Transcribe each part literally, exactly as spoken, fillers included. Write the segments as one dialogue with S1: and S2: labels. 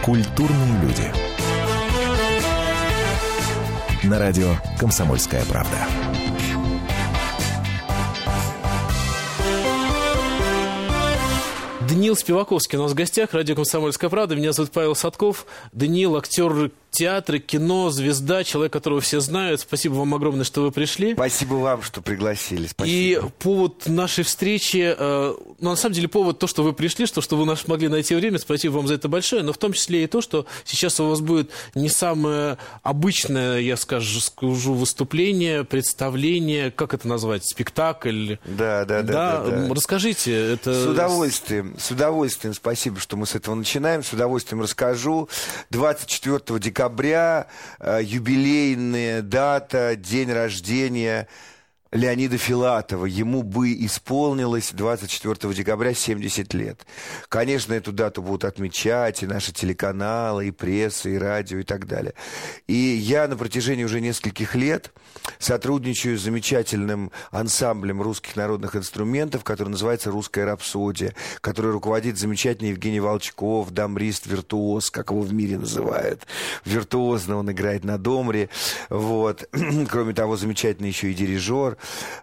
S1: Культурные люди. На радио «Комсомольская правда».
S2: Даниил Спиваковский у нас в гостях, радио «Комсомольская правда». Меня зовут Павел Садков. Даниил — актер театра, кино, звезда, человек, которого все знают. Спасибо вам огромное, что вы пришли.
S3: Спасибо вам, что пригласили. Спасибо.
S2: И повод нашей встречи, э, ну, на самом деле, повод то, что вы пришли, что, что вы наш могли найти время. Спасибо вам за это большое. Но в том числе и то, что сейчас у вас будет не самое обычное, я скажу, скажу выступление, представление, как это назвать, спектакль.
S3: Да, да, да.
S2: да,
S3: да, да.
S2: Расскажите. Это...
S3: С удовольствием. С удовольствием. Спасибо, что мы с этого начинаем. С удовольствием расскажу. двадцать четвёртого декабря э, юбилейная дата, день рождения Леонида Филатова. Ему бы исполнилось двадцать четвёртого декабря семьдесят лет. Конечно, эту дату будут отмечать и наши телеканалы, и пресса, и радио, и так далее. И я на протяжении уже нескольких лет сотрудничаю с замечательным ансамблем русских народных инструментов, который называется «Русская рапсодия», который руководит замечательный Евгений Волчков, домрист-виртуоз, как его в мире называют. Виртуозно он играет на домре. Вот. Кроме того, замечательный еще и дирижер.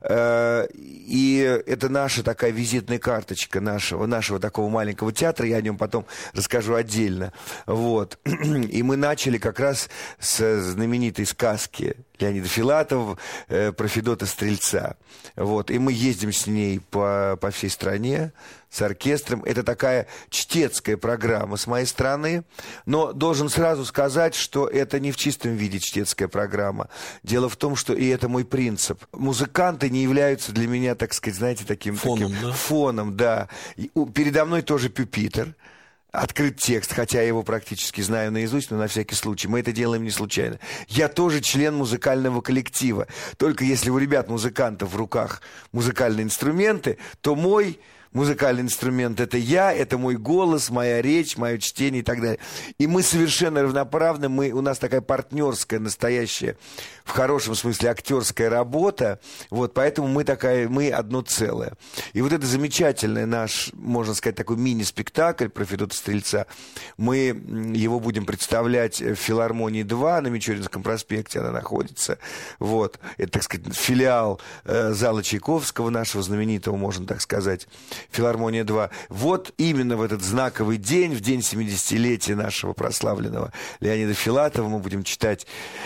S3: И это наша такая визитная карточка нашего, нашего такого маленького театра. Я о нем потом расскажу отдельно. Вот. И мы начали как раз с знаменитой сказки Леонида Филатова про Федота Стрельца. Вот. И мы ездим с ней по, по всей стране с оркестром. Это такая чтецкая программа с моей стороны. Но должен сразу сказать, что это не в чистом виде чтецкая программа. Дело в том, что, и это мой принцип, музыканты не являются для меня, так сказать, знаете, таким
S2: фоном,
S3: таким,
S2: да?
S3: фоном, да. И, у, передо мной тоже пюпитр. Открыт текст, хотя я его практически знаю наизусть, но на всякий случай. Мы это делаем не случайно. Я тоже член музыкального коллектива. Только если у ребят-музыкантов в руках музыкальные инструменты, то мой музыкальный инструмент — это я, это мой голос, моя речь, мое чтение и так далее. И мы совершенно равноправны, мы, у нас такая партнерская, настоящая, в хорошем смысле, актерская работа. Вот, поэтому мы такая, мы одно целое. И вот это замечательный наш, можно сказать, такой мини-спектакль про Федота Стрельца. Мы его будем представлять в филармонии два на Мичуринском проспекте, она находится. Вот, это, так сказать, филиал э, зала Чайковского, нашего знаменитого, можно так сказать. Филармония два. Вот именно в этот знаковый день, в день семидесятилетия нашего прославленного Леонида Филатова, мы будем читать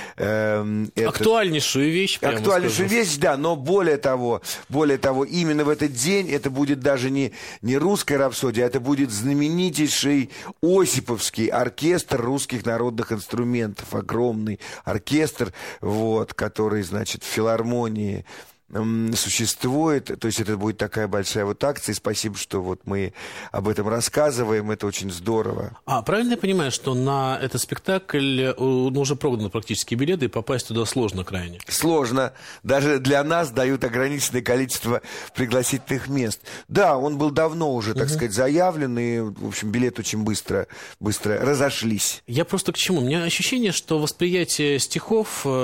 S3: э, этот...
S2: актуальнейшую вещь.
S3: Актуальнейшую
S2: скажу.
S3: вещь, да, но более того, более того, именно в этот день это будет даже не, не русская рапсодия, а это будет знаменитейший Осиповский оркестр русских народных инструментов, огромный оркестр, вот, который, значит, в филармонии существует, то есть это будет такая большая вот акция, и спасибо, что вот мы об этом рассказываем, это очень здорово.
S2: А, правильно я понимаю, что на этот спектакль ну, уже проданы практически билеты, и попасть туда сложно крайне?
S3: Сложно. Даже для нас дают ограниченное количество пригласительных мест. Да, он был давно уже, так угу. сказать, заявлен, и, в общем, билеты очень быстро, быстро разошлись.
S2: Я просто к чему? У меня ощущение, что восприятие стихов, э,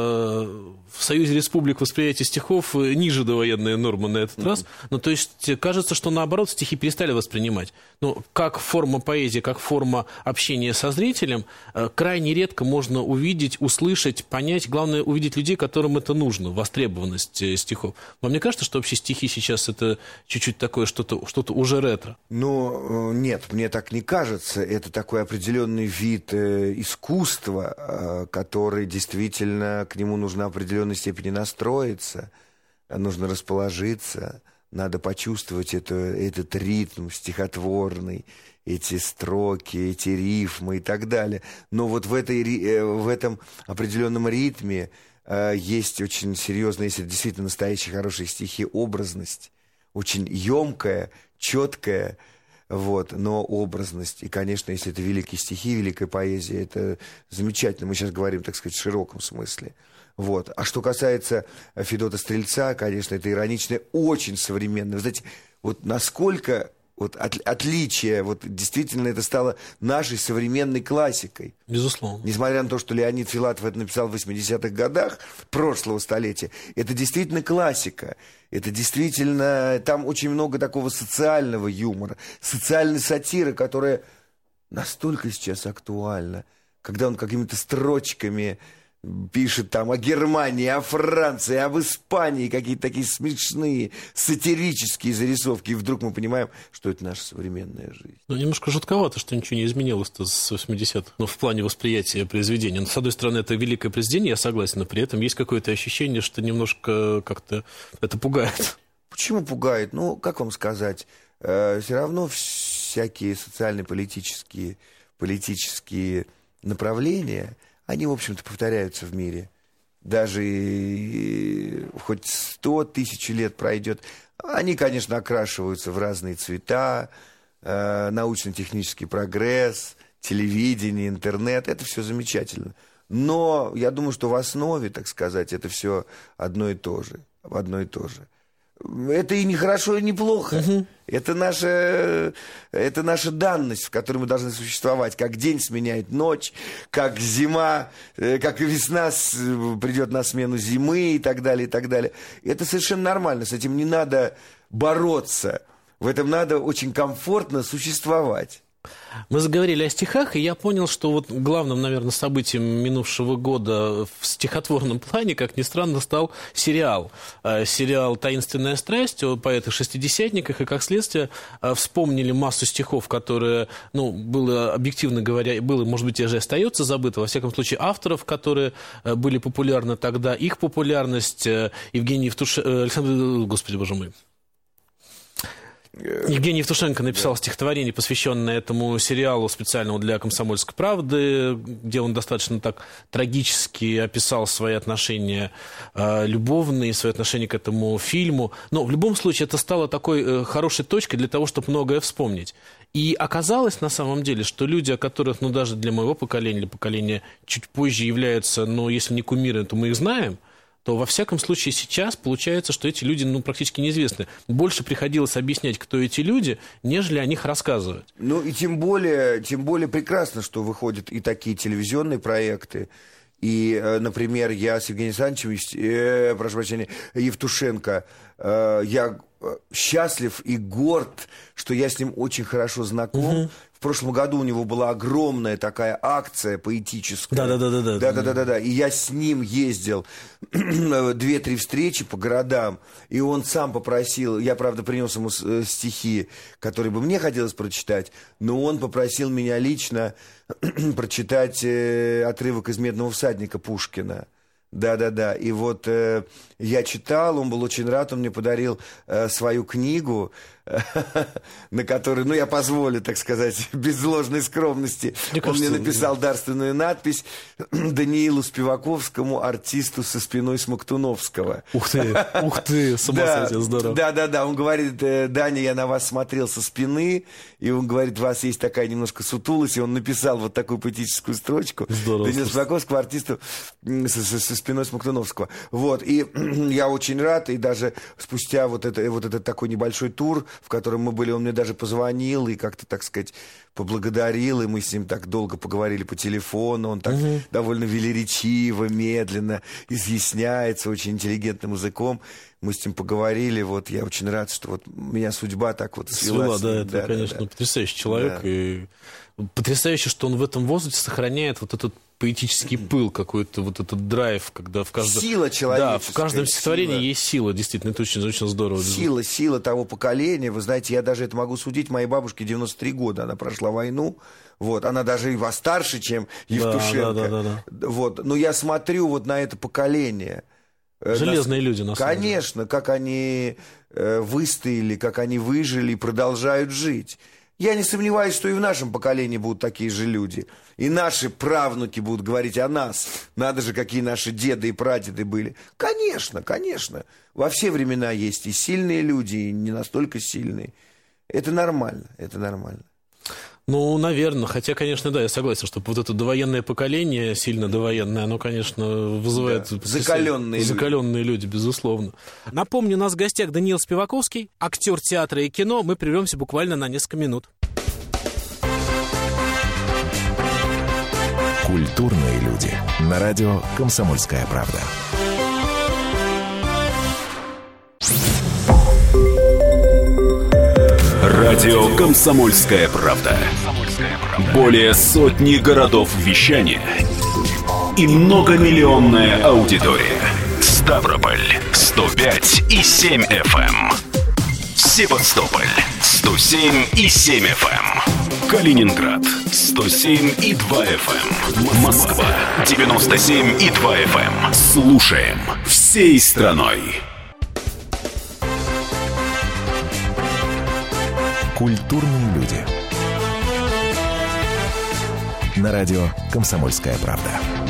S2: в Союзе Республик восприятие стихов ниже довоенная норма на этот mm-hmm. раз. Ну, то есть, кажется, что наоборот стихи перестали воспринимать. Ну, как форма поэзии, как форма общения со зрителем, крайне редко можно увидеть, услышать, понять. Главное, увидеть людей, которым это нужно, востребованность стихов. Вам не кажется, что вообще стихи сейчас это чуть-чуть такое, что-то, что-то уже ретро?
S3: Ну, нет, мне так не кажется. Это такой определенный вид искусства, который действительно, к нему нужно в определенной степени настроиться. Нужно расположиться, надо почувствовать это, этот ритм стихотворный, эти строки, эти рифмы и так далее. Но вот в, этой, в этом определенном ритме э, есть очень серьезная, если действительно настоящие хорошие стихи, образность, очень емкая, четкая, вот, но образность. И, конечно, если это великие стихи, великая поэзия, это замечательно. Мы сейчас говорим, так сказать, в широком смысле. Вот. А что касается Федота Стрельца, конечно, это иронично, очень современно. Вы знаете, вот насколько вот от, отличие, вот действительно это стало нашей современной классикой.
S2: Безусловно.
S3: Несмотря на то, что Леонид Филатов это написал в восьмидесятых годах прошлого столетия, это действительно классика. Это действительно, там очень много такого социального юмора, социальной сатиры, которая настолько сейчас актуально, когда он какими-то строчками пишет там о Германии, о Франции, об Испании, какие-то такие смешные, сатирические зарисовки. И вдруг мы понимаем, что это наша современная жизнь.
S2: Ну, немножко жутковато, что ничего не изменилось-то с восьмидесятых, ну, в плане восприятия произведения. Но, с одной стороны, это великое произведение, я согласен, но при этом есть какое-то ощущение, что немножко как-то это пугает.
S3: Почему пугает? Ну, как вам сказать, э, все равно всякие социально-политические политические направления, они, в общем-то, повторяются в мире. Даже и, хоть сто тысяч лет пройдет, они, конечно, окрашиваются в разные цвета, э, научно-технический прогресс, телевидение, интернет, это все замечательно. Но я думаю, что в основе, так сказать, это все одно и то же, одно и то же. Это и не хорошо, и не плохо. Uh-huh. Это наша, это наша данность, в которой мы должны существовать. Как день сменяет ночь, как зима, как и весна придет на смену зимы и так далее, и так далее. Это совершенно нормально, с этим не надо бороться. В этом надо очень комфортно существовать.
S2: Мы заговорили о стихах, и я понял, что вот главным, наверное, событием минувшего года в стихотворном плане, как ни странно, стал сериал. Сериал «Таинственная страсть» о поэтах-шестидесятниках, и, как следствие, вспомнили массу стихов, которые, ну, было, объективно говоря, было, может быть, даже остается забыто, во всяком случае, авторов, которые были популярны тогда, их популярность, Евгений Евтушенко, Александр, господи, боже мой, Евгений Евтушенко написал стихотворение, посвященное этому сериалу специальному для «Комсомольской правды», где он достаточно так трагически описал свои отношения э, любовные, свои отношения к этому фильму. Но в любом случае это стало такой э, хорошей точкой для того, чтобы многое вспомнить. И оказалось на самом деле, что люди, о которых, ну, даже для моего поколения, для поколения чуть позже являются, ну, если не кумиры, то мы их знаем, то во всяком случае сейчас получается, что эти люди, ну, практически неизвестны. Больше приходилось объяснять, кто эти люди, нежели о них рассказывать.
S3: Ну и тем более, тем более прекрасно, что выходят и такие телевизионные проекты. И, например, я с Евгением Александровичем, э, прошу прощения, Евтушенко, э, я счастлив и горд, что я с ним очень хорошо знаком. Угу. В прошлом году у него была огромная такая акция поэтическая.
S2: Да-да-да.
S3: Да-да-да. И я с ним ездил две-три встречи по городам, и он сам попросил, я, правда, принес ему стихи, которые бы мне хотелось прочитать, но он попросил меня лично прочитать отрывок из «Медного всадника» Пушкина. Да-да-да. И вот э, я читал, он был очень рад, он мне подарил э, свою книгу, на которой, ну, я позволю, так сказать, без ложной скромности, мне он кажется, мне написал дарственную надпись Даниилу Спиваковскому, артисту со спиной Смоктуновского.
S2: Ух ты, ух ты, с ума сойти, здорово.
S3: Да-да-да, он говорит: Даня, я на вас смотрел со спины, и он говорит, у вас есть такая немножко сутулость, и он написал вот такую поэтическую строчку.
S2: Здорово.
S3: Даниилу Спиваковскому, артисту со, со, со спиной Смоктуновского. Вот, и я очень рад, и даже спустя вот, это, вот этот такой небольшой тур, в котором мы были, он мне даже позвонил и как-то, так сказать, поблагодарил, и мы с ним так долго поговорили по телефону, он так угу. довольно велеречиво, медленно изъясняется, очень интеллигентным языком. Мы с ним поговорили, вот я очень рад, что вот меня судьба так вот свела.
S2: Свела, да, это, да, конечно, да, да. потрясающий человек, да. И потрясающе, что он в этом возрасте сохраняет вот этот поэтический пыл, какой-то вот этот драйв, когда в каждом...
S3: Сила человеческая.
S2: Да, в каждом стихотворении есть сила, действительно, это очень, очень здорово.
S3: Сила, сила того поколения, вы знаете, я даже это могу судить, моей бабушке девяносто три года, она прошла войну, вот, она даже и старше, чем Евтушенко.
S2: Да, да, да, да.
S3: Вот, но я смотрю вот на это поколение.
S2: Железные люди, на самом деле.
S3: Конечно, как они выстояли, как они выжили и продолжают жить. Я не сомневаюсь, что и в нашем поколении будут такие же люди. И наши правнуки будут говорить о нас. Надо же, какие наши деды и прадеды были. Конечно, конечно. Во все времена есть и сильные люди, и не настолько сильные. Это нормально, это нормально.
S2: Ну, наверное. Хотя, конечно, да, я согласен, что вот это довоенное поколение, сильно довоенное, оно, конечно, вызывает...
S3: Да. Закаленные люди.
S2: Закаленные люди, безусловно. Напомню, у нас в гостях Даниил Спиваковский, актер театра и кино. Мы прервемся буквально на несколько минут.
S1: Культурные люди. На радио «Комсомольская правда».
S4: Радио «Комсомольская правда». Более сотни городов вещания и многомиллионная аудитория. Ставрополь сто пять и семь эф эм. Севастополь сто семь и семь эф эм. Калининград сто семь и два эф эм. Москва девяносто семь и два эф эм. Слушаем всей страной.
S1: Культурные люди. На радио «Комсомольская правда».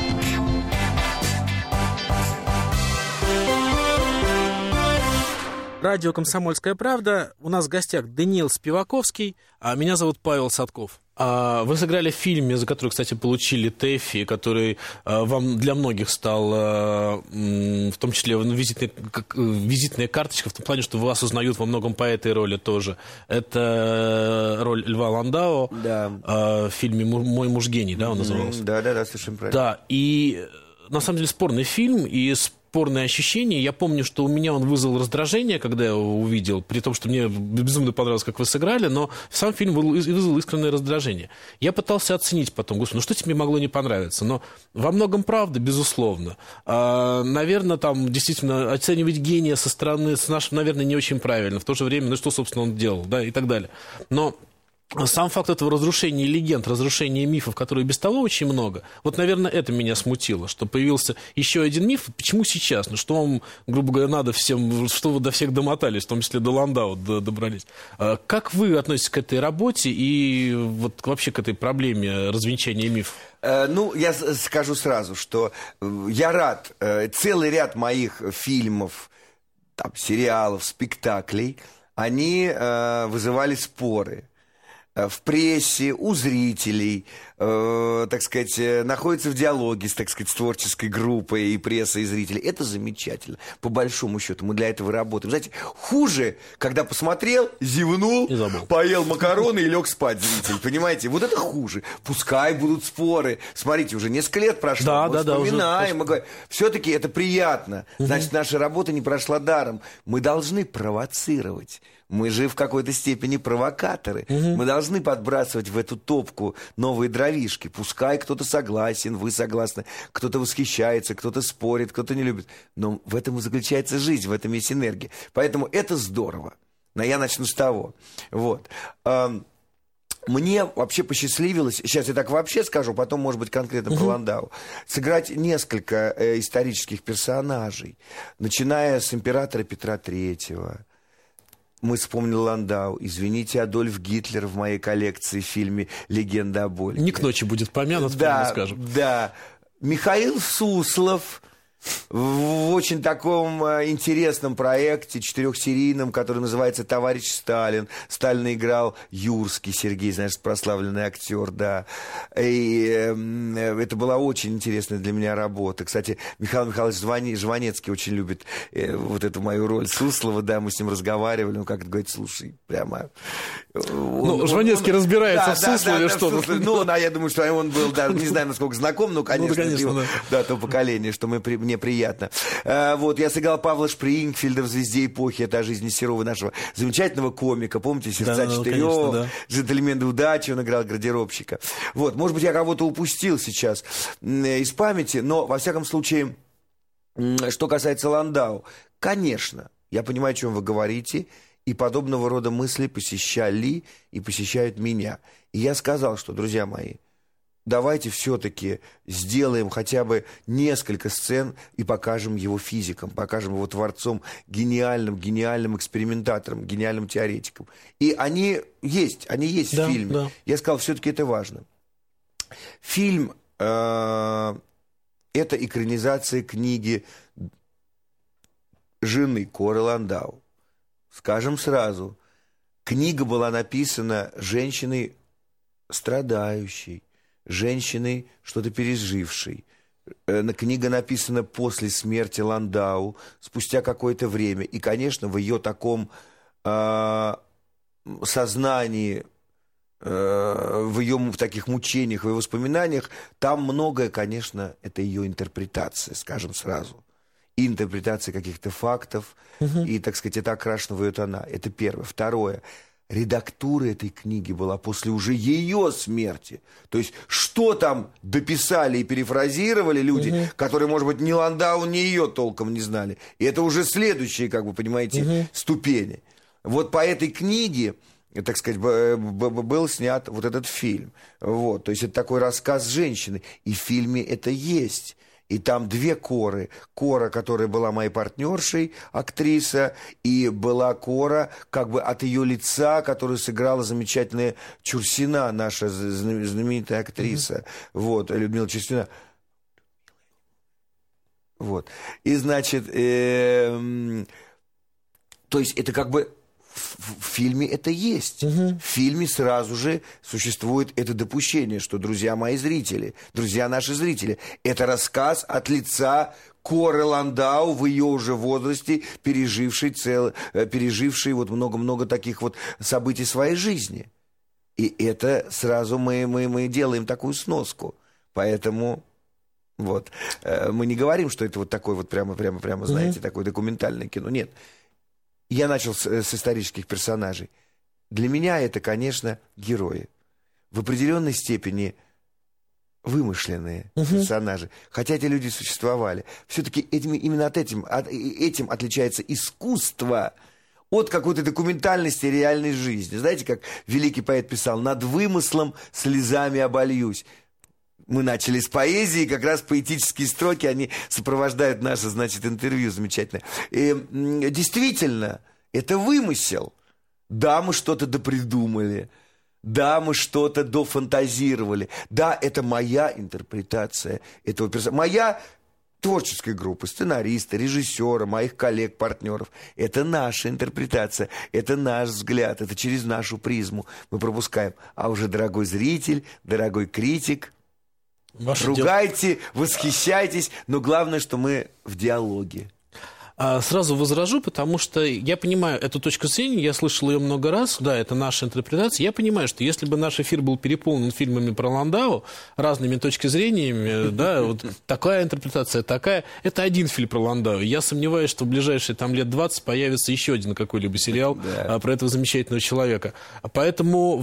S2: Радио «Комсомольская правда». У нас в гостях Даниил Спиваковский, а меня зовут Павел Садков. Вы сыграли в фильме, за который, кстати, получили ТЭФИ, который вам для многих стал, в том числе, визитной, визитная карточка, в том плане, что вас узнают во многом по этой роли тоже. Это роль Льва Ландау,
S3: да.
S2: В фильме «Мой муж гений», да, он назывался?
S3: Да, да, да, совершенно правильно.
S2: Да, и на самом деле спорный фильм, и спорные ощущения. Я помню, что у меня он вызвал раздражение, когда я его увидел, при том, что мне безумно понравилось, как вы сыграли, но сам фильм вызвал искреннее раздражение. Я пытался оценить потом, господи, ну что тебе могло не понравиться? Но во многом правда, безусловно. А, наверное, там действительно оценивать гения со стороны, с нашим, наверное, не очень правильно. В то же время, ну что, собственно, он делал, да, и так далее. Но сам факт этого разрушения легенд, разрушения мифов, которые без того очень много, вот, наверное, это меня смутило, что появился еще один миф. Почему сейчас? Ну, что вам, грубо говоря, надо всем, что вы до всех домотались, в том числе до Ландау добрались. Как вы относитесь к этой работе и вот вообще к этой проблеме развенчания мифов?
S3: Ну, я скажу сразу, что я рад. Целый ряд моих фильмов, там, сериалов, спектаклей, они вызывали споры. В прессе, у зрителей, э, так сказать, находится в диалоге с, так сказать, с творческой группой и прессой, и зрителей. Это замечательно. По большому счету, мы для этого работаем. Знаете, хуже, когда посмотрел, зевнул, поел макароны и лег спать зритель. Понимаете? Вот это хуже. Пускай будут споры. Смотрите, уже несколько лет прошло.
S2: Да,
S3: мы
S2: да,
S3: вспоминаем.
S2: Да, уже...
S3: Все-таки это приятно.
S2: Угу.
S3: Значит, наша работа не прошла даром. Мы должны провоцировать. Мы же в какой-то степени провокаторы. Угу. Мы должны подбрасывать в эту топку новые дровишки. Пускай кто-то согласен, вы согласны, кто-то восхищается, кто-то спорит, кто-то не любит. Но в этом и заключается жизнь, в этом есть энергия. Поэтому это здорово. Но я начну с того. Вот. Мне вообще посчастливилось, сейчас я так вообще скажу, потом, может быть, конкретно uh-huh. про Ландау, сыграть несколько э, исторических персонажей, начиная с императора Петра Третьего. Мы вспомнили Ландау. Извините, Адольф Гитлер в моей коллекции в фильме «Легенда о Больке».
S2: Не к ночи будет помянут,
S3: да,
S2: скажем.
S3: Да, Михаил Суслов в очень таком интересном проекте, четырехсерийном, который называется «Товарищ Сталин». Сталина играл Юрский Сергей, знаешь, прославленный актер, да. И э, это была очень интересная для меня работа. Кстати, Михаил Михайлович Жване, Жванецкий очень любит э, вот эту мою роль Суслова, да, мы с ним разговаривали, он как-то говорит, слушай, прямо...
S2: Ну,
S3: он,
S2: Жванецкий он, разбирается
S3: да,
S2: в Суслове,
S3: да,
S2: что...
S3: Да, Суслове. Ну, да, я думаю, что он был, да, не знаю, насколько знаком, но, конечно,
S2: ну, да, конечно
S3: его,
S2: да.
S3: да, то поколение, что мы, мне приятно. А, вот, я сыграл Павла Шпрингфельда в «Звезде эпохи», это о жизни Серова, нашего замечательного комика, помните, «Сердца
S2: да,
S3: четырех»,
S2: конечно, да.
S3: «Джентльмены удачи», он играл гардеробщика. Вот, может быть, я кого-то упустил сейчас из памяти, но, во всяком случае, что касается Ландау, конечно, я понимаю, о чем вы говорите, и подобного рода мысли посещали и посещают меня. И я сказал, что, друзья мои, давайте все-таки сделаем хотя бы несколько сцен и покажем его физикам, покажем его творцом, гениальным, гениальным экспериментатором, гениальным теоретиком. И они есть, они есть
S2: да,
S3: в фильме.
S2: Да.
S3: Я сказал, все-таки это важно. Фильм э, – это экранизация книги жены Коры Ландау. Скажем сразу, книга была написана женщиной страдающей, женщиной, что-то пережившей. Книга написана после смерти Ландау, спустя какое-то время. И, конечно, в ее таком э, сознании, э, в ее в таких мучениях, в ее воспоминаниях, там многое, конечно, это ее интерпретация, скажем сразу. И интерпретация каких-то фактов, угу. и, так сказать, это окрашена в ее тона. Это первое. Второе. редактура этой книги была после уже ее смерти. То есть, что там дописали и перефразировали люди, угу. которые, может быть, ни Ландау, ни ее толком не знали. И это уже следующие, как вы понимаете, угу. ступени. Вот по этой книге, так сказать, был снят вот этот фильм. Вот. То есть, это такой рассказ женщины. И в фильме это есть. И там две Коры. Кора, которая была моей партнершей, актриса, и была Кора как бы от ее лица, которую сыграла замечательная Чурсина, наша знаменитая актриса. Mm-hmm. Вот, Людмила Чурсина. Вот. И, значит, э, то есть это как бы в, в фильме это есть. Угу. В фильме сразу же существует это допущение, что, друзья мои зрители, друзья наши зрители, это рассказ от лица Коры Ландау в ее уже возрасте, пережившей, цел, пережившей вот много-много таких вот событий в своей жизни. И это сразу мы, мы, мы делаем такую сноску. Поэтому... Вот. Мы не говорим, что это вот такое вот прямо-прямо-прямо, знаете, mm-hmm. такое документальное кино. Нет. Я начал с, с исторических персонажей. Для меня это, конечно, герои. В определенной степени вымышленные mm-hmm. персонажи. Хотя эти люди существовали. Все-таки этим, именно от этим, от, этим отличается искусство от какой-то документальности реальной жизни. Знаете, как великий поэт писал: «Над вымыслом слезами обольюсь». Мы начали с поэзии, как раз поэтические строки, они сопровождают наше, значит, интервью замечательное. И, действительно, это вымысел. Да, мы что-то допридумали. Да, мы что-то дофантазировали. Да, это моя интерпретация этого персонажа. Моя творческой группы, сценариста, режиссера, моих коллег, партнеров. Это наша интерпретация, это наш взгляд, это через нашу призму мы пропускаем. А уже дорогой зритель, дорогой критик... Ваше ругайте, дело... восхищайтесь, но главное, что мы в диалоге.
S2: Сразу возражу, потому что я понимаю эту точку зрения, я слышал ее много раз, да, это наша интерпретация. Я понимаю, что если бы наш эфир был переполнен фильмами про Ландау, разными точками зрения, да, вот такая интерпретация, такая, это один фильм про Ландау. Я сомневаюсь, что в ближайшие там лет двадцать появится еще один какой-либо сериал да. про этого замечательного человека. Поэтому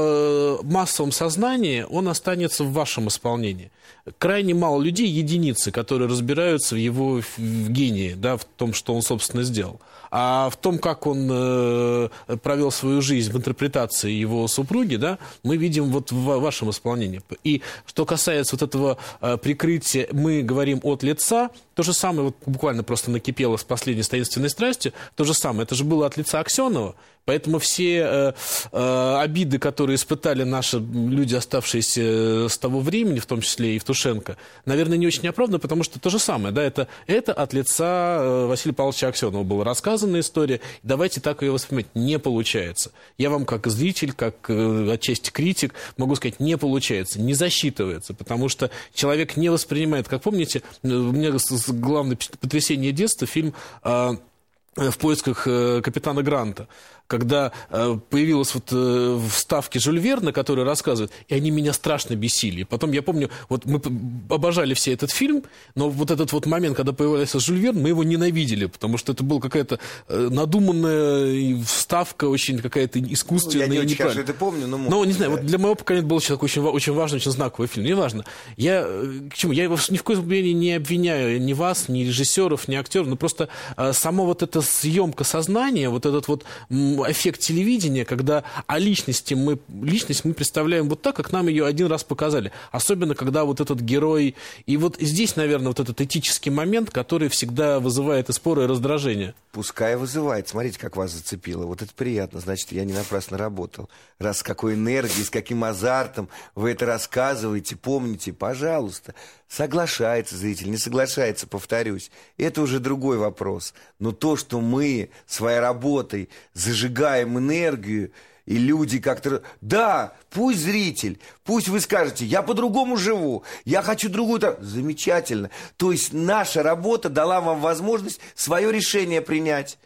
S2: в массовом сознании он останется в вашем исполнении. Крайне мало людей, единицы, которые разбираются в его в гении, да, в том, что он, собственно, сделал. А в том, как он э, провел свою жизнь в интерпретации его супруги, да, мы видим вот в вашем исполнении. И что касается вот этого э, прикрытия, мы говорим от лица, то же самое, вот буквально просто накипело с последней таинственной страстью, то же самое, это же было от лица Аксенова. Поэтому все э, э, обиды, которые испытали наши люди, оставшиеся с того времени, в том числе и Евтушенко, наверное, не очень оправданы, потому что то же самое, да, это, это от лица э, Василия Павловича Аксенова была рассказанная история. Давайте так ее воспринимать. Не получается. Я вам как зритель, как э, отчасти критик могу сказать, не получается, не засчитывается, потому что человек не воспринимает, как помните, у меня главное потрясение детства, фильм э, «В поисках э, капитана Гранта», когда э, появилась вот э, вставки Жюль Верна, которые рассказывают, и они меня страшно бесили. Потом, я помню, вот мы обожали все этот фильм, но вот этот вот момент, когда появился Жюль Верн, мы его ненавидели, потому что это была какая-то э, надуманная вставка, очень какая-то искусственная.
S3: Ну, я не
S2: очень
S3: хорошо это помню, но...
S2: Ну, не знаю, да. Вот для моего поколения это был очень, очень, очень важный, очень знаковый фильм. Неважно. Я, к чему? Я ни в коем случае не обвиняю ни вас, ни режиссеров, ни актеров, но просто э, само вот эта съемка сознания, вот этот вот эффект телевидения, когда о личности мы, личность мы представляем вот так, как нам ее один раз показали. Особенно, когда вот этот герой... И вот здесь, наверное, вот этот этический момент, который всегда вызывает и споры, и раздражение.
S3: Пускай вызывает. Смотрите, как вас зацепило. Вот это приятно. Значит, я не напрасно работал. Раз с какой энергией, с каким азартом вы это рассказываете, помните, пожалуйста. Соглашается зритель, не соглашается, повторюсь. Это уже другой вопрос. Но то, что мы своей работой зажигаем энергию, и люди как-то... Да, пусть зритель, пусть вы скажете, я по-другому живу, я хочу другую... Замечательно. То есть наша работа дала вам возможность свое решение принять.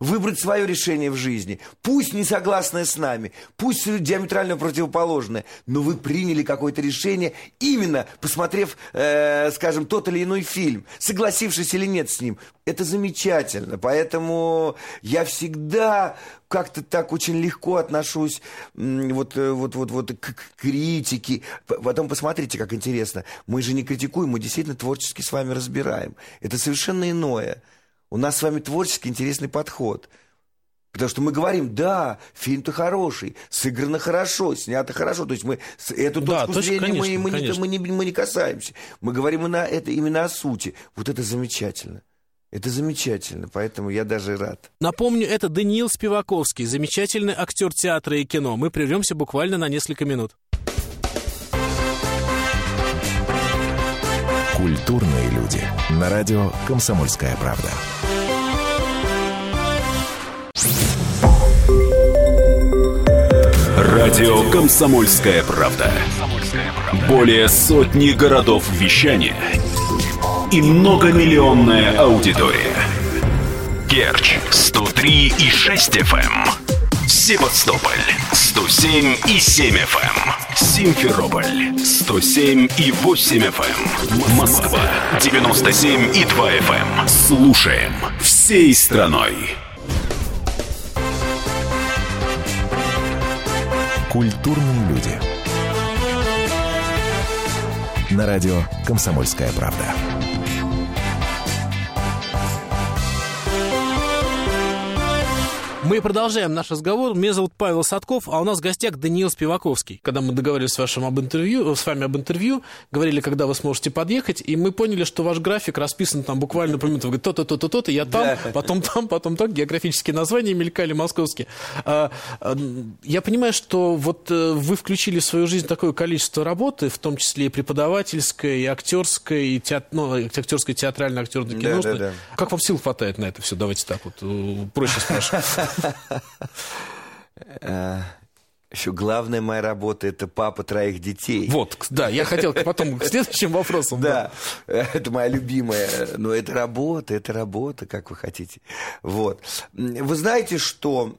S3: выбрать свое решение в жизни, пусть не согласное с нами, пусть диаметрально противоположное, но вы приняли какое-то решение, именно посмотрев, э, скажем, тот или иной фильм, согласившись или нет с ним. Это замечательно, поэтому я всегда как-то так очень легко отношусь вот, вот, вот, вот к критике. Потом посмотрите, как интересно. Мы же не критикуем, мы действительно творчески с вами разбираем. Это совершенно иное. У нас с вами творчески интересный подход. Потому что мы говорим, да, фильм-то хороший, сыграно хорошо, снято хорошо. То есть мы эту
S2: да,
S3: точку
S2: точно,
S3: зрения
S2: конечно,
S3: мы, мы, не,
S2: конечно.
S3: мы, не, мы не касаемся. Мы говорим именно, это, именно о сути. Вот это замечательно. Это замечательно, поэтому я даже рад.
S2: Напомню, это Даниил Спиваковский, замечательный актер театра и кино. Мы прервемся буквально на несколько минут.
S1: Культурные люди. На радио «Комсомольская правда».
S4: Радио «Комсомольская правда». Более сотни городов вещания и многомиллионная аудитория. Керчь сто три и шесть эф эм, Севастополь сто семь и семь эф эм, Симферополь сто семь и восемь эф эм, Москва девяносто семь и два эф эм. Слушаем всей страной.
S1: Культурные люди. На радио «Комсомольская правда».
S2: Мы продолжаем наш разговор. Меня зовут Павел Садков, а у нас в гостях Даниил Спиваковский. Когда мы договорились с, вашим об интервью, с вами об интервью, говорили, когда вы сможете подъехать, и мы поняли, что ваш график расписан там буквально по минутам. Вы говорите, то-то, то-то, то-то, я там, да. потом там, потом так, географические названия мелькали московские. Я понимаю, что вот вы включили в свою жизнь такое количество работы, в том числе и преподавательской, и актерской, и театр... ну, актерской, театральной, актерно-киношной. Да, да, да. Как вам сил хватает на это все? Давайте так вот проще спрашивать.
S3: Еще главная моя работа — это папа троих детей.
S2: Вот, да, я хотел потом к следующим вопросам.
S3: Да, это моя любимая. Но это работа, это работа, как вы хотите. Вот. Вы знаете, что...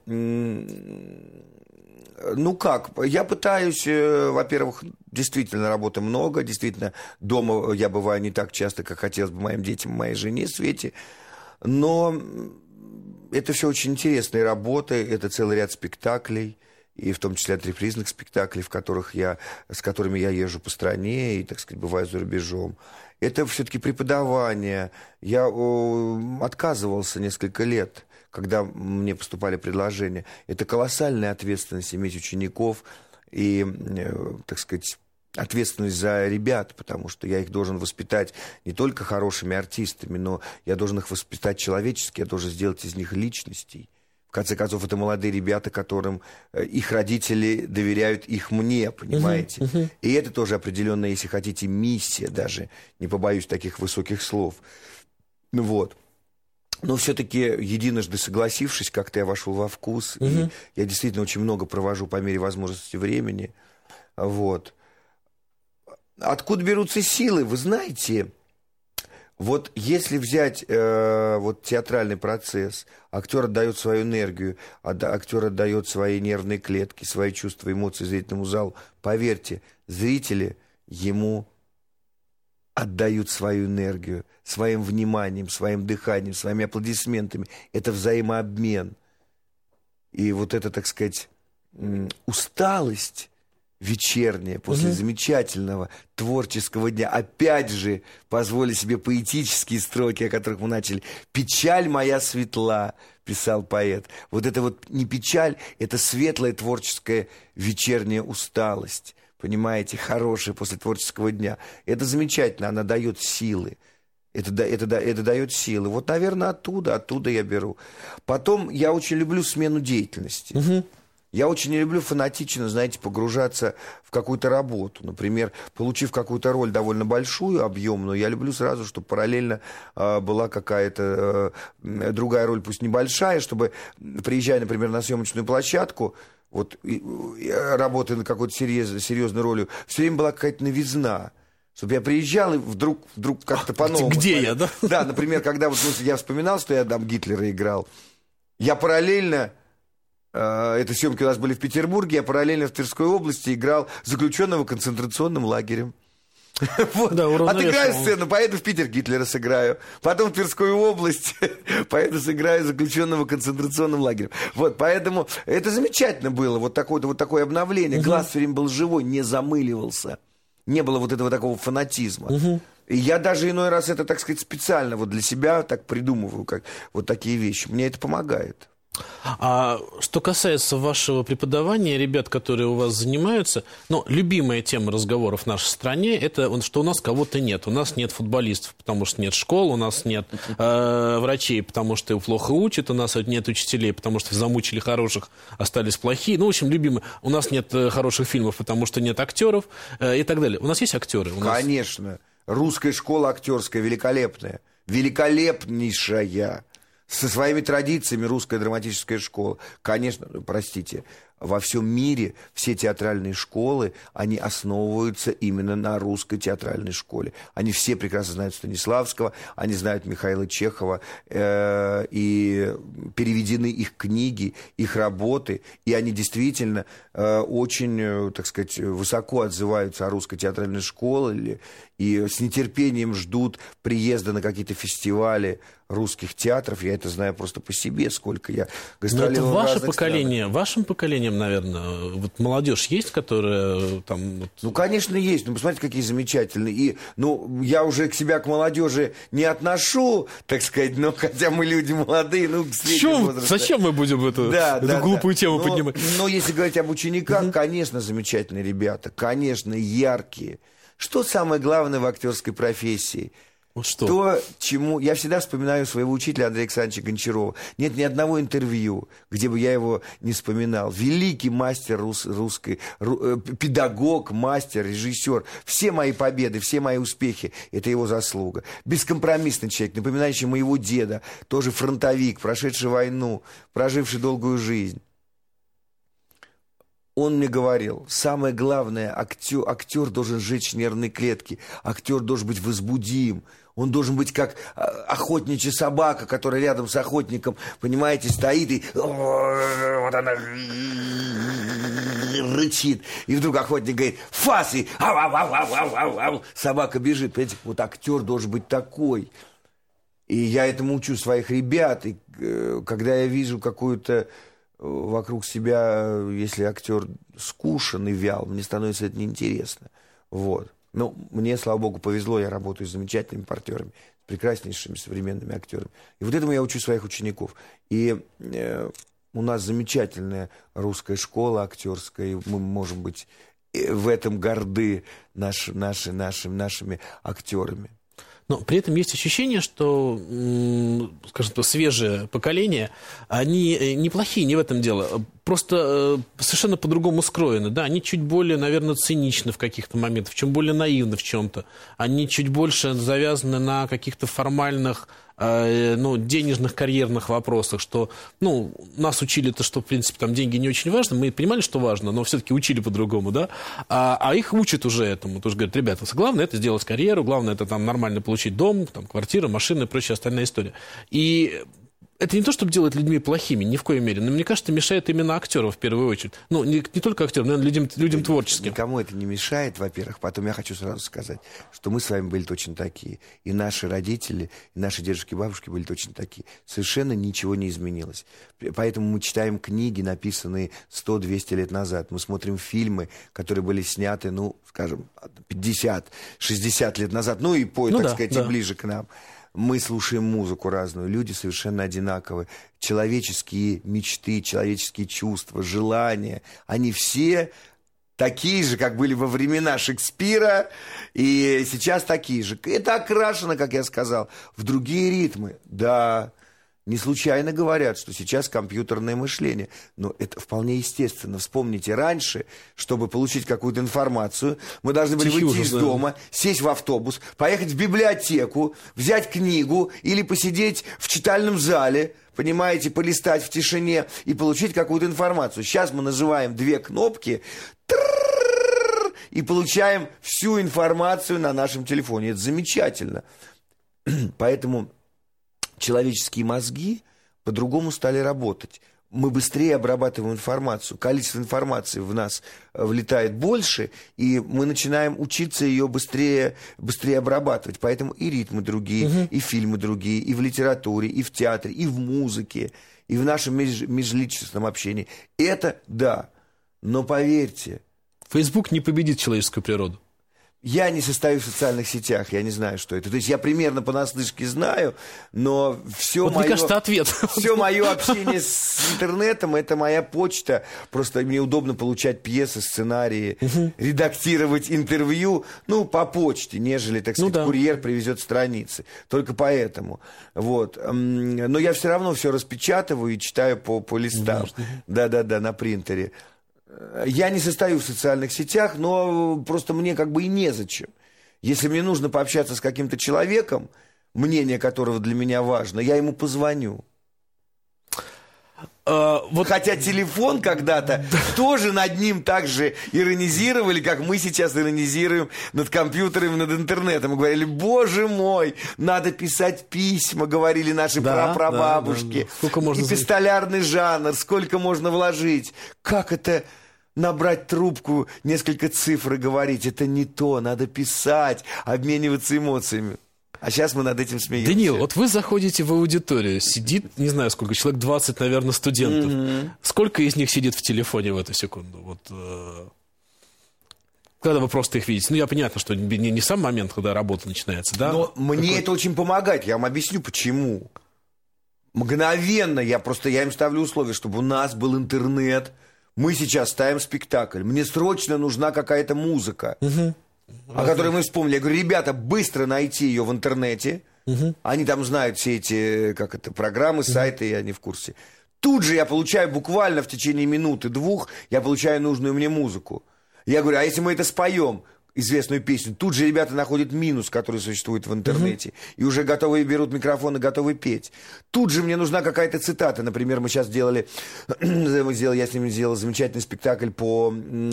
S3: Ну как, я пытаюсь, во-первых, действительно работы много, действительно дома я бываю не так часто, как хотелось бы моим детям, моей жене Свете, но... Это все очень интересные работы, это целый ряд спектаклей, и в том числе антрепризных спектаклей, в которых я, с которыми я езжу по стране и, так сказать, бываю за рубежом. Это все-таки преподавание. Я о, отказывался несколько лет, когда мне поступали предложения. Это колоссальная ответственность иметь учеников и, так сказать, ответственность за ребят, потому что я их должен воспитать не только хорошими артистами, но я должен их воспитать человечески, я должен сделать из них личностей. В конце концов, это молодые ребята, которым их родители доверяют их мне, понимаете? Uh-huh, uh-huh. И это тоже определенная, если хотите, миссия даже, не побоюсь таких высоких слов. Ну вот. Но все-таки, единожды согласившись, как-то я вошел во вкус, uh-huh. и я действительно очень много провожу по мере возможности времени. Вот. Откуда берутся силы, вы знаете, вот если взять э, вот театральный процесс, актер отдает свою энергию, актер отдает свои нервные клетки, свои чувства, эмоции зрительному залу, поверьте, зрители ему отдают свою энергию, своим вниманием, своим дыханием, своими аплодисментами. Это взаимообмен. И вот эта, так сказать, усталость вечерняя, после угу. замечательного творческого дня. Опять же, позволю себе поэтические строки, о которых мы начали. «Печаль моя светла», писал поэт. Вот это вот не печаль, это светлая творческая вечерняя усталость. Понимаете, хорошая после творческого дня. Это замечательно, она дает силы. Это, это, это дает силы. Вот, наверное, оттуда, оттуда я беру. Потом я очень люблю смену деятельности. Угу. Я очень не люблю фанатично, знаете, погружаться в какую-то работу. Например, получив какую-то роль довольно большую, объемную, я люблю сразу, чтобы параллельно э, была какая-то э, другая роль, пусть небольшая, чтобы, приезжая, например, на съемочную площадку, вот, и, и, работая над какой-то серьез, серьезной ролью, все время была какая-то новизна. Чтобы я приезжал и вдруг, вдруг как-то по-новому.
S2: Где я, да?
S3: Да, например, когда вот, ну, я вспоминал, что я там Гитлера играл. Я параллельно, э, это съемки у нас были в Петербурге, я параллельно в Тверской области играл заключенного концентрационным лагерем. Вот. Да, отыграю сцену, поеду в Питер, Гитлера сыграю. Потом в Тверскую область поеду сыграю заключенного концентрационным лагерем. Вот, поэтому это замечательно было, вот такое, вот такое обновление. Угу. Глаз все время был живой, не замыливался. Не было вот этого такого фанатизма. Угу. И я даже иной раз это, так сказать, специально вот для себя так придумываю, как вот такие вещи. Мне это помогает.
S2: А что касается вашего преподавания, ребят, которые у вас занимаются, ну, любимая тема разговоров в нашей стране, это что у нас кого-то нет. У нас нет футболистов, потому что нет школ, у нас нет э, врачей, потому что плохо учат, у нас нет учителей, потому что замучили хороших, остались плохие. Ну, в общем, любимые. У нас нет хороших фильмов, потому что нет актеров э, и так далее. У нас есть актеры? У нас...
S3: Конечно. Русская школа актерская великолепная. Великолепнейшая. Со своими традициями русская драматическая школа. Конечно, простите, во всем мире все театральные школы, они основываются именно на русской театральной школе. Они все прекрасно знают Станиславского, они знают Михаила Чехова, э, и переведены их книги, их работы, и они действительно э, очень, так сказать, высоко отзываются о русской театральной школе, и с нетерпением ждут приезда на какие-то фестивали русских театров. Я это знаю просто по себе, сколько я гастролировал.
S2: Но это ваше поколение, странах. Вашим поколением, наверное, вот молодежь есть, которая там... Вот...
S3: Ну, конечно, есть. Ну, посмотрите, какие замечательные. И, ну, я уже к себя, к молодежи не отношу, так сказать, но хотя мы люди молодые, ну, к среднему возрасту.
S2: Зачем мы будем эту,
S3: да,
S2: эту
S3: да,
S2: глупую
S3: да.
S2: тему
S3: но,
S2: поднимать?
S3: Но если говорить об учениках, конечно, замечательные ребята, конечно, яркие. Что самое главное в актерской профессии?
S2: Вот что?
S3: То, чему... Я всегда вспоминаю своего учителя Андрея Александровича Гончарова. Нет ни одного интервью, где бы я его не вспоминал. Великий мастер рус... русской... Ру... Педагог, мастер, режиссер. Все мои победы, все мои успехи — это его заслуга. Бескомпромиссный человек, напоминающий моего деда. Тоже фронтовик, прошедший войну, проживший долгую жизнь. Он мне говорил, самое главное, актер, актер должен сжечь нервные клетки, актер должен быть возбудим, он должен быть как охотничья собака, которая рядом с охотником, понимаете, стоит и вот она рычит. И вдруг охотник говорит, фас, и ау, ау, ау, ау, ау, ау. Собака бежит. Понимаете, вот актер должен быть такой. И я этому учу своих ребят. И когда я вижу какую-то вокруг себя, если актер скушен и вял, мне становится это неинтересно. Вот. Ну, мне, слава богу, повезло, я работаю с замечательными партнерами, с прекраснейшими современными актерами. И вот этому я учу своих учеников. И э, у нас замечательная русская школа актерская, и мы можем быть в этом горды наши, наши, наши, нашими актерами.
S2: Но при этом есть ощущение, что, скажем так, свежее поколение, они неплохие, не в этом дело, просто совершенно по-другому скроены, да, они чуть более, наверное, циничны в каких-то моментах, чем более наивны в чем-то, они чуть больше завязаны на каких-то формальных, ну, денежных, карьерных вопросах, что, ну, нас учили-то, что, в принципе, там деньги не очень важны, мы понимали, что важно, но все-таки учили по-другому, да, а, а их учат уже этому, тоже говорят, ребята, главное это сделать карьеру, главное это там нормально получить дом, там, квартиру, машину и прочая остальная история. И это не то, чтобы делать людьми плохими, ни в коей мере, но мне кажется, мешает именно актерам в первую очередь. Ну, не, не только актерам, но и людям, людям творческим.
S3: Никому это не мешает, во-первых. Потом я хочу сразу сказать, что мы с вами были точно такие. И наши родители, и наши дедушки и бабушки были точно такие. Совершенно ничего не изменилось. Поэтому мы читаем книги, написанные сто-двести лет назад. Мы смотрим фильмы, которые были сняты, ну, скажем, пятьдесят-шестьдесят лет назад. Ну, и, по, ну, так да, сказать, да. и ближе к нам. Мы слушаем музыку разную, люди совершенно одинаковые. Человеческие мечты, человеческие чувства, желания, они все такие же, как были во времена Шекспира, и сейчас такие же. Это окрашено, как я сказал, в другие ритмы. Да, не случайно говорят, что сейчас компьютерное мышление. Но это вполне естественно. Вспомните, раньше, чтобы получить какую-то информацию, мы должны были выйти из дома, сесть в автобус, поехать в библиотеку, взять книгу или посидеть в читальном зале, понимаете, полистать в тишине и получить какую-то информацию. Сейчас мы нажимаем две кнопки и получаем всю информацию на нашем телефоне. Это замечательно. Поэтому... Человеческие мозги по-другому стали работать. Мы быстрее обрабатываем информацию, количество информации в нас влетает больше, и мы начинаем учиться ее быстрее, быстрее обрабатывать. Поэтому и ритмы другие, угу. и фильмы другие, и в литературе, и в театре, и в музыке, и в нашем меж, межличностном общении. Это да, но поверьте...
S2: Фейсбук не победит человеческую природу.
S3: Я не состою в социальных сетях, я не знаю, что это. То есть я примерно понаслышке знаю, но все
S2: вот
S3: мое...
S2: мне кажется, ответ.
S3: Все мое общение с интернетом — это моя почта. Просто мне удобно получать пьесы, сценарии, угу. редактировать интервью, ну, по почте, нежели, так сказать, ну, да. курьер привезет страницы. Только поэтому. Вот. Но я все равно все распечатываю и читаю по, по листам. Да-да-да, на принтере. Я не состою в социальных сетях, но просто мне как бы и незачем. Если мне нужно пообщаться с каким-то человеком, мнение которого для меня важно, я ему позвоню. А, вот... Хотя телефон когда-то тоже над ним так же иронизировали, как мы сейчас иронизируем над компьютером, над интернетом. Мы говорили: боже мой, надо писать письма, говорили наши да, прапрабабушки. Да, да, да. Эпистолярный жанр, сколько можно вложить. Как это... Набрать трубку, несколько цифр и говорить — это не то, надо писать, обмениваться эмоциями. А сейчас мы над этим смеемся.
S2: Даниил, вот вы заходите в аудиторию, сидит, не знаю сколько, человек двадцать, наверное, студентов. Mm-hmm. Сколько из них сидит в телефоне в эту секунду? Вот, э, когда вы просто их видите. Ну, я понятно, что не, не сам момент, когда работа начинается, да?
S3: Но мне
S2: Какой...
S3: это очень помогает, я вам объясню, почему. Мгновенно я просто, я им ставлю условия, чтобы у нас был интернет. Мы сейчас ставим спектакль. Мне срочно нужна какая-то музыка, угу. о которой мы вспомнили. Я говорю: ребята, быстро найти ее в интернете. Угу. Они там знают все эти, как это, программы, сайты, я не в курсе. Тут же я получаю буквально в течение минуты-двух, я получаю нужную мне музыку. Я говорю: а если мы это споем, известную песню, тут же ребята находят минус, который существует в интернете, mm-hmm. и уже готовы берут микрофон и готовы петь. Тут же мне нужна какая-то цитата. Например, мы сейчас делали, мы сделали, я с ними сделал замечательный спектакль по,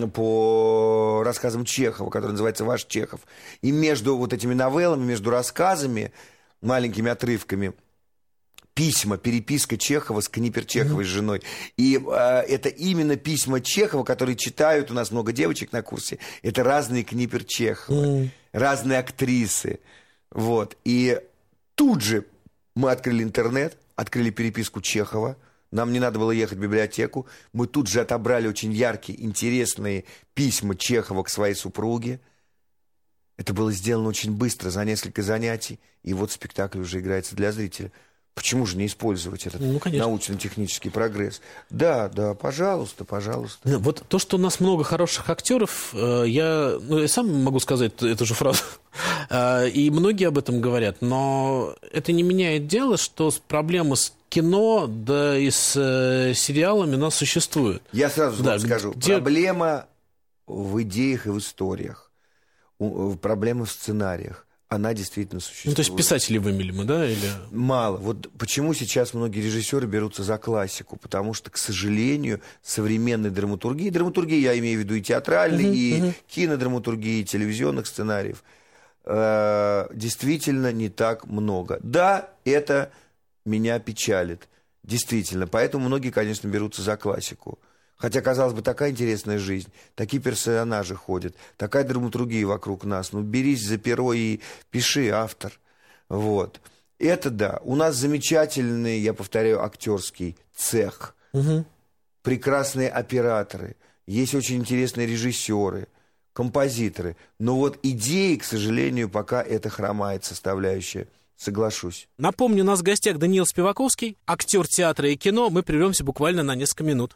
S3: по рассказам Чехова, который называется «Ваш Чехов». И между вот этими новеллами, между рассказами, маленькими отрывками, письма, переписка Чехова с Книпер Чеховой, mm-hmm. с женой. И э, это именно письма Чехова, которые читают, у нас много девочек на курсе, это разные Книпер Чехова, mm-hmm. разные актрисы. Вот. И тут же мы открыли интернет, открыли переписку Чехова, нам не надо было ехать в библиотеку, мы тут же отобрали очень яркие, интересные письма Чехова к своей супруге. Это было сделано очень быстро, за несколько занятий, и вот спектакль уже играется для зрителя. Почему же не использовать этот ну, научно-технический прогресс? Да, да, пожалуйста, пожалуйста.
S2: Вот то, что у нас много хороших актеров, я, ну, я сам могу сказать эту же фразу, и многие об этом говорят, но это не меняет дело, что проблемы с кино, да и с сериалами у нас существуют.
S3: Я сразу да, скажу, где... проблема в идеях и в историях, проблема в сценариях. Она действительно существует.
S2: Ну, то есть писатели вымели мы, да? Или...
S3: Мало. Вот почему сейчас многие режиссеры берутся за классику? Потому что, к сожалению, современной драматургии, драматургии я имею в виду и театральной, uh-huh, и uh-huh. кинодраматургии, и телевизионных сценариев, э, действительно не так много. Да, это меня печалит. Действительно. Поэтому многие, конечно, берутся за классику. Хотя, казалось бы, такая интересная жизнь, такие персонажи ходят, такая драматургия вокруг нас. Ну, берись за перо и пиши, автор. Вот. Это да. У нас замечательный, я повторяю, актерский цех. Угу. Прекрасные операторы. Есть очень интересные режиссеры, композиторы. Но вот идеи, к сожалению, пока это хромает составляющая. Соглашусь.
S2: Напомню, у нас в гостях Даниил Спиваковский, актер театра и кино. Мы прервемся буквально на несколько минут.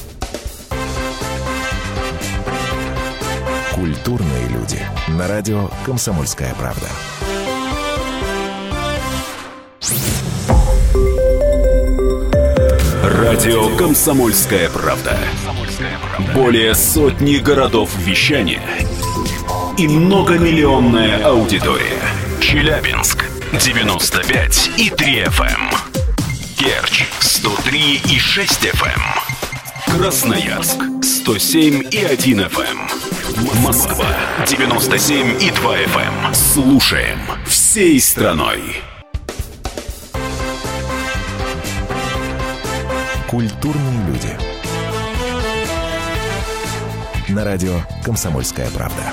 S1: Культурные люди. На радио «Комсомольская правда».
S4: Радио «Комсомольская правда». Более сотни городов вещания и многомиллионная аудитория. Челябинск девяносто пять и три эф эм. Керчь сто три и шесть эф эм. Красноярск сто семь и один эф эм. Москва девяносто семь и два эф эм. Слушаем всей страной.
S1: Культурные люди. На радио «Комсомольская правда».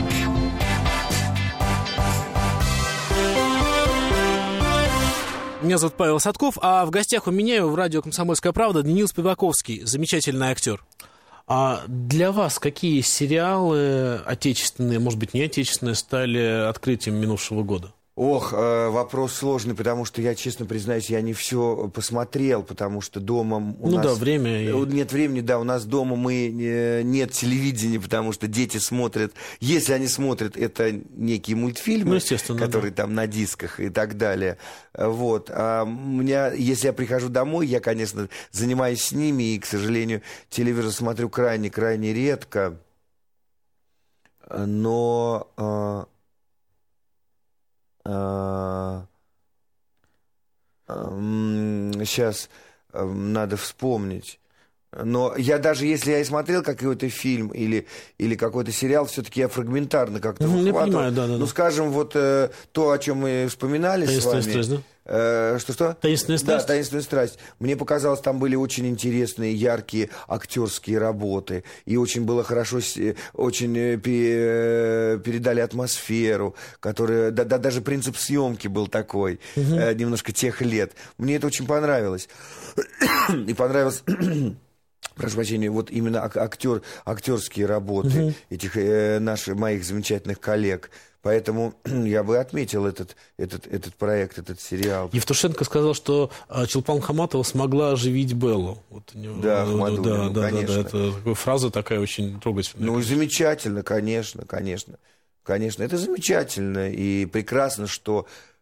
S2: Меня зовут Павел Садков, а в гостях у меня в радио «Комсомольская правда» Даниил Спиваковский, замечательный актер. А для вас какие сериалы отечественные, может быть, не отечественные, стали открытием минувшего года?
S3: Ох, э, вопрос сложный, потому что я, честно признаюсь, я не все посмотрел, потому что дома у
S2: ну
S3: нас...
S2: да, время...
S3: Нет времени, да, у нас дома мы э, нет телевидения, потому что дети смотрят... Если они смотрят, это некие мультфильмы,
S2: ну, естественно,
S3: которые
S2: да.
S3: там на дисках и так далее. Вот. А у меня, если я прихожу домой, я, конечно, занимаюсь с ними, и, к сожалению, телевизор смотрю крайне-крайне редко. Но... Э, Сейчас надо вспомнить. Но я даже, если я и смотрел какой-то фильм или, или какой-то сериал, все-таки я фрагментарно как-то
S2: mm-hmm,
S3: выхватывал.
S2: Понимаю, да, да,
S3: ну,
S2: да.
S3: скажем, вот э, то, о чем мы вспоминали с вами.
S2: Стресс, да?
S3: Э, что-что?
S2: Таинственная страсть?
S3: Да, таинственная страсть. Мне показалось, там были очень интересные, яркие актерские работы. И очень было хорошо, очень передали атмосферу, которая... Да, да, даже принцип съемки был такой, угу. э, немножко тех лет. Мне это очень понравилось. И понравилось... Прошу прощения, вот именно актер, актерские работы uh-huh. этих э, наших, моих замечательных коллег. Поэтому я бы отметил этот, этот, этот проект, этот сериал.
S2: Евтушенко сказал, что Чулпан Хаматова смогла оживить Беллу. Вот,
S3: да, Ахмадуллину,
S2: да, да,
S3: конечно.
S2: Да, да, это фраза такая очень трогательная.
S3: Ну, замечательно, конечно, конечно. Конечно, это замечательно и прекрасно, что...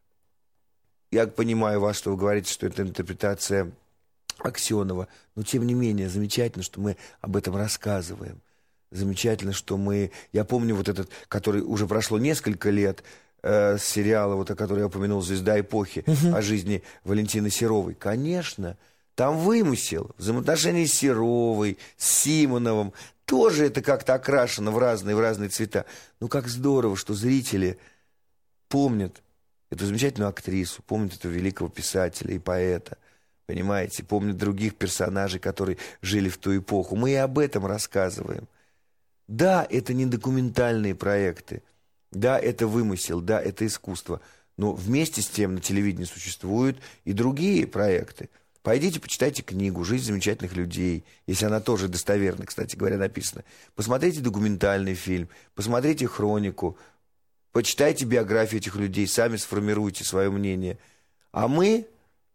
S3: Я понимаю вас, что вы говорите, что это интерпретация... Аксенова. Но, тем не менее, замечательно, что мы об этом рассказываем. Замечательно, что мы... Я помню вот этот, который уже прошло несколько лет, э, с сериала, вот, о котором я упомянул, «Звезда эпохи», uh-huh. о жизни Валентины Серовой. Конечно, там вымысел. Взаимоотношения с Серовой, с Симоновым. Тоже это как-то окрашено в разные, в разные цвета. Ну, как здорово, что зрители помнят эту замечательную актрису, помнят этого великого писателя и поэта. Понимаете, помнят других персонажей, которые жили в ту эпоху. Мы и об этом рассказываем. Да, это не документальные проекты. Да, это вымысел, да, это искусство. Но вместе с тем на телевидении существуют и другие проекты. Пойдите, почитайте книгу «Жизнь замечательных людей», если она тоже достоверно, кстати говоря, написана. Посмотрите документальный фильм, посмотрите хронику, почитайте биографию этих людей, сами сформируйте свое мнение. А мы...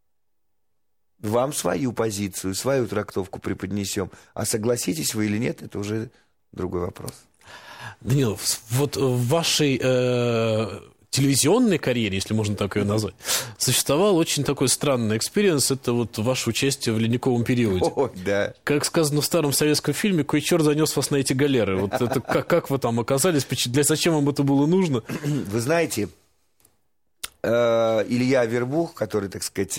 S3: вам свою позицию, свою трактовку преподнесем. А согласитесь вы или нет, это уже другой вопрос.
S2: Данил, вот в вашей э, телевизионной карьере, если можно так ее назвать, существовал очень такой странный экспириенс. Это вот ваше участие в ледниковом периоде.
S3: О, да.
S2: Как сказано в старом советском фильме, «Кой черт занес вас на эти галеры». Вот это как, как вы там оказались? Для зачем вам это было нужно?
S3: Вы знаете... Илья Вербух, который, так сказать,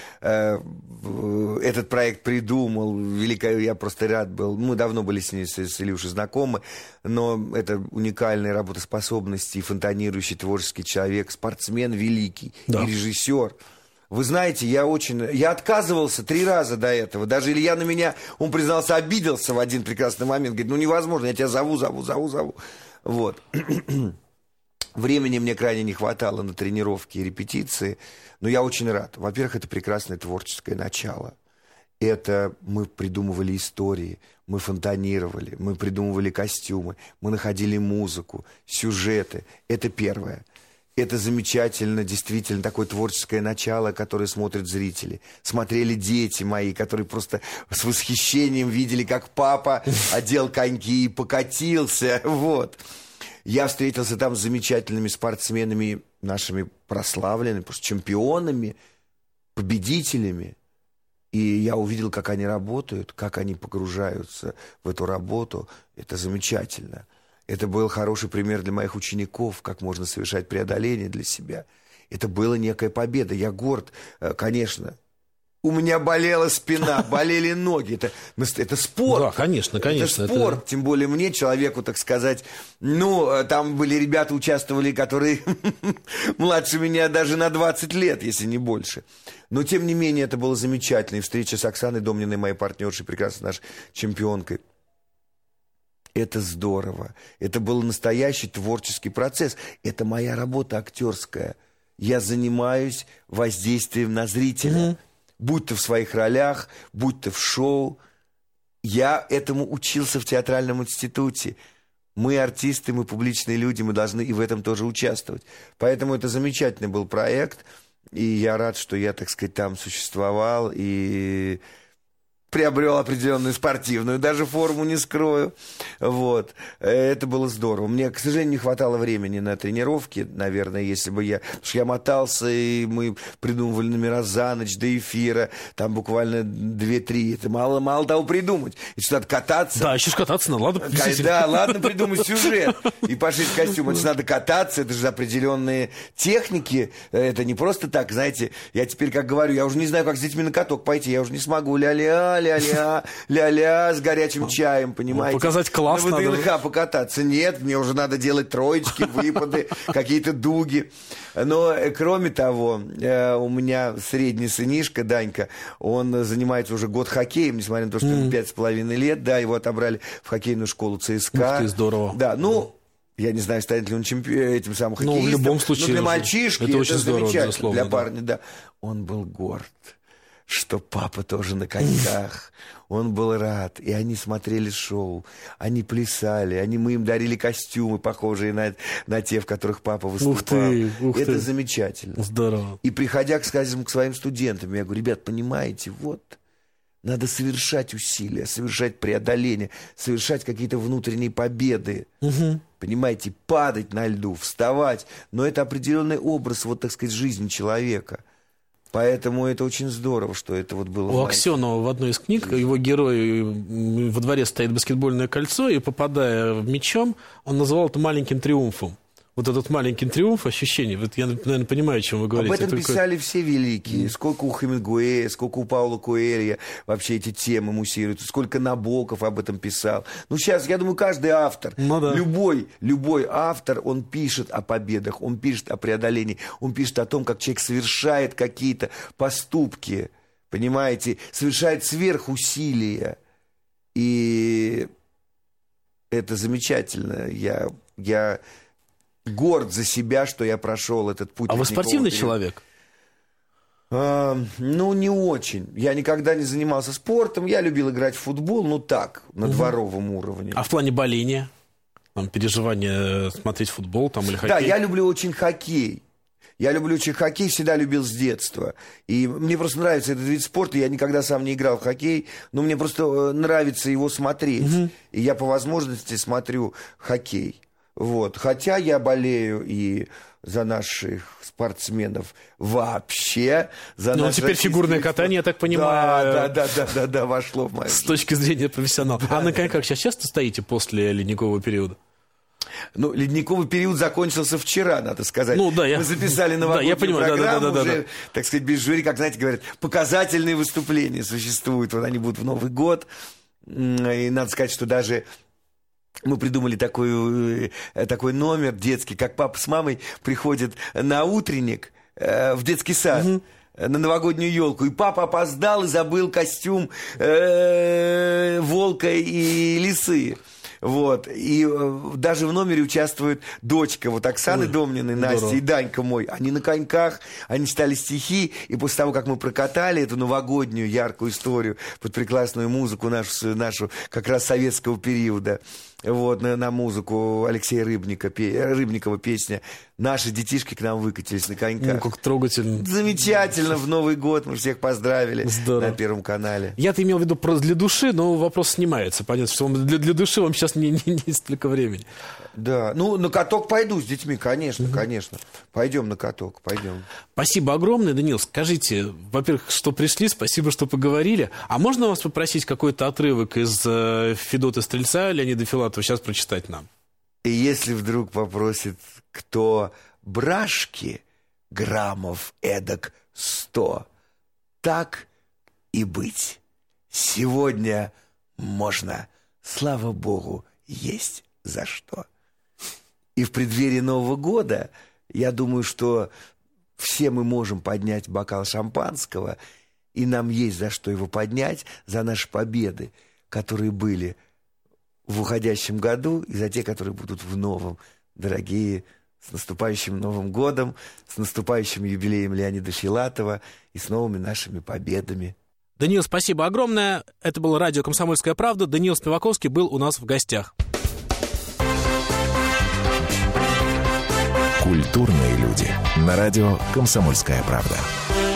S3: этот проект придумал, велико, я просто рад был, мы давно были с, ней, с Илюшей знакомы, но это уникальная работоспособность, фонтанирующий творческий человек, спортсмен великий, да. И режиссер. Вы знаете, я очень... Я отказывался три раза до этого. Даже Илья на меня, он признался, обиделся в один прекрасный момент. Говорит, ну невозможно, я тебя зову, зову, зову, зову. Вот. Времени мне крайне не хватало на тренировки и репетиции, но я очень рад. Во-первых, это прекрасное творческое начало. Это мы придумывали истории, мы фонтанировали, мы придумывали костюмы, мы находили музыку, сюжеты. Это первое. Это замечательно, действительно, такое творческое начало, которое смотрят зрители. Смотрели дети мои, которые просто с восхищением видели, как папа одел коньки и покатился. Вот. Я встретился там с замечательными спортсменами, нашими прославленными, просто чемпионами, победителями. И я увидел, как они работают, как они погружаются в эту работу. Это замечательно. Это был хороший пример для моих учеников, как можно совершать преодоление для себя. Это была некая победа. Я горд, конечно, У меня болела спина, болели ноги. Это, это спорт.
S2: Да, конечно, конечно.
S3: Это спорт.
S2: Это...
S3: Тем более мне, человеку, так сказать. Ну, там были ребята, участвовали, которые младше меня даже на двадцать лет, если не больше. Но, тем не менее, это было замечательно. И встреча с Оксаной Домниной, моей партнершей, прекрасной нашей чемпионкой. Это здорово. Это был настоящий творческий процесс. Это моя работа актерская. Я занимаюсь воздействием на зрителя. Mm-hmm. Будь то в своих ролях, будь то в шоу. Я этому учился в театральном институте. Мы артисты, мы публичные люди, мы должны и в этом тоже участвовать. Поэтому это замечательный был проект. И я рад, что я, так сказать, там существовал и приобрел определенную спортивную, даже форму не скрою. Вот. Это было здорово. Мне, к сожалению, не хватало времени на тренировки, наверное, если бы я... Потому что я мотался, и мы придумывали номера за ночь до эфира. Там буквально две-три. Это мало, мало того придумать. Еще надо кататься.
S2: Да, еще ж кататься надо. Ладно,
S3: да, ладно придумать сюжет и пошить костюм. Это же надо кататься, это же определенные техники. Это не просто так, знаете. Я теперь, как говорю, я уже не знаю, как с детьми на каток пойти. Я уже не смогу. Ля-ля, ля-ля, ля-ля с горячим чаем, понимаете?
S2: Показать класс
S3: на
S2: надо.
S3: вэ дэ эн ха покататься. Нет, мне уже надо делать троечки, выпады, какие-то дуги. Но, кроме того, у меня средний сынишка, Данька, он занимается уже год хоккеем, несмотря на то, что ему пять с половиной лет. Да, его отобрали в хоккейную школу ЦСКА.
S2: Ух ты, здорово.
S3: Да, ну... Я не знаю, станет ли он чемпион, этим самым хоккеистом.
S2: Ну, в любом случае.
S3: Но для мальчишки
S2: это,
S3: это
S2: очень здорово,
S3: замечательно.
S2: безусловно,
S3: Для
S2: да.
S3: парня, да. Он был горд, что папа тоже на коньках. Он был рад. И они смотрели шоу, они плясали, они, мы им дарили костюмы, похожие на, на те, в которых папа выступал.
S2: Ух ты, ух
S3: это
S2: ты.
S3: замечательно.
S2: Здорово.
S3: И приходя, скажем, к своим студентам, я говорю, ребят, понимаете, вот... Надо совершать усилия, совершать преодоление, совершать какие-то внутренние победы. Угу. Понимаете, падать на льду, вставать. Но это определенный образ, вот, так сказать, жизни человека. Поэтому это очень здорово, что это вот было.
S2: У Аксенова в одной из книг его герой во дворе стоит баскетбольное кольцо, и, попадая в мячом, он называл это маленьким триумфом. Вот этот маленький триумф, ощущение, вот я, наверное, понимаю, о чем вы говорите.
S3: Об этом
S2: Только...
S3: писали все великие. Сколько у Хемингуэя, сколько у Паула Коэльо вообще эти темы муссируют. Сколько Набоков об этом писал. Ну, сейчас, я думаю, каждый автор,
S2: ну, да.
S3: любой, любой автор, он пишет о победах, он пишет о преодолении, он пишет о том, как человек совершает какие-то поступки, понимаете, совершает сверхусилия. И это замечательно. Я... я... горд за себя, что я прошел этот путь.
S2: А вы спортивный человек?
S3: А, ну, не очень. Я никогда не занимался спортом. Я любил играть в футбол, ну так, на угу. дворовом уровне.
S2: А в плане боления? Там, переживания смотреть футбол там, или хоккей?
S3: Да, я люблю очень хоккей. Я люблю очень хоккей, всегда любил с детства. И мне просто нравится этот вид спорта. Я никогда сам не играл в хоккей, но мне просто нравится его смотреть. Угу. И я по возможности смотрю хоккей. Вот. Хотя я болею и за наших спортсменов вообще. За
S2: ну, теперь фигурное спорт... катание, я так понимаю,
S3: да, да, да, да, да, вошло в мою
S2: с точки зрения профессионала. Да, а на коньках сейчас часто стоите после ледникового периода?
S3: Ну, ледниковый период закончился вчера, надо сказать.
S2: Ну, да, я...
S3: Мы записали новогоднюю
S2: да, я понимаю,
S3: программу,
S2: да, да, да,
S3: уже,
S2: да, да.
S3: так сказать, без жюри, как, знаете, говорят, показательные выступления существуют. Вот они будут в Новый год. И надо сказать, что даже... Мы придумали такой, такой номер детский, как папа с мамой приходят на утренник э, в детский сад, угу. на новогоднюю елку. И папа опоздал и забыл костюм э, волка и лисы. Вот. И э, даже в номере участвует дочка вот Оксаны Ой, Домниной, Настя здорово. И Данька мой. Они на коньках, они читали стихи. И после того, как мы прокатали эту новогоднюю яркую историю под прекрасную музыку нашу, нашу как раз советского периода, вот, на, на музыку Алексея Рыбника, пе, Рыбникова песня, наши детишки к нам выкатились на коньках.
S2: Ну, как трогательно.
S3: Замечательно, в Новый год мы всех поздравили.
S2: Здорово.
S3: На Первом канале.
S2: Я-то имел в виду просто для души, но вопрос снимается. Понятно, что для, для души вам сейчас не, не, не столько времени.
S3: Да, ну на каток пойду с детьми, конечно, угу. конечно. Пойдем на каток, пойдем.
S2: Спасибо огромное, Даниил. Скажите, во-первых, что пришли, спасибо, что поговорили. А можно вас попросить какой-то отрывок из э, Федота Стрельца Леонида Филатова сейчас прочитать нам?
S3: И если вдруг попросит кто брашки, граммов эдак сто, так и быть. Сегодня можно, слава Богу, есть за что. И в преддверии Нового года, я думаю, что все мы можем поднять бокал шампанского, и нам есть за что его поднять, за наши победы, которые были в уходящем году, и за те, которые будут в новом. Дорогие, с наступающим Новым годом, с наступающим юбилеем Леонида Филатова и с новыми нашими победами.
S2: Даниил, спасибо огромное. Это было радио «Комсомольская правда». Даниил Спиваковский был у нас в гостях.
S1: Культурные люди. На радио «Комсомольская правда».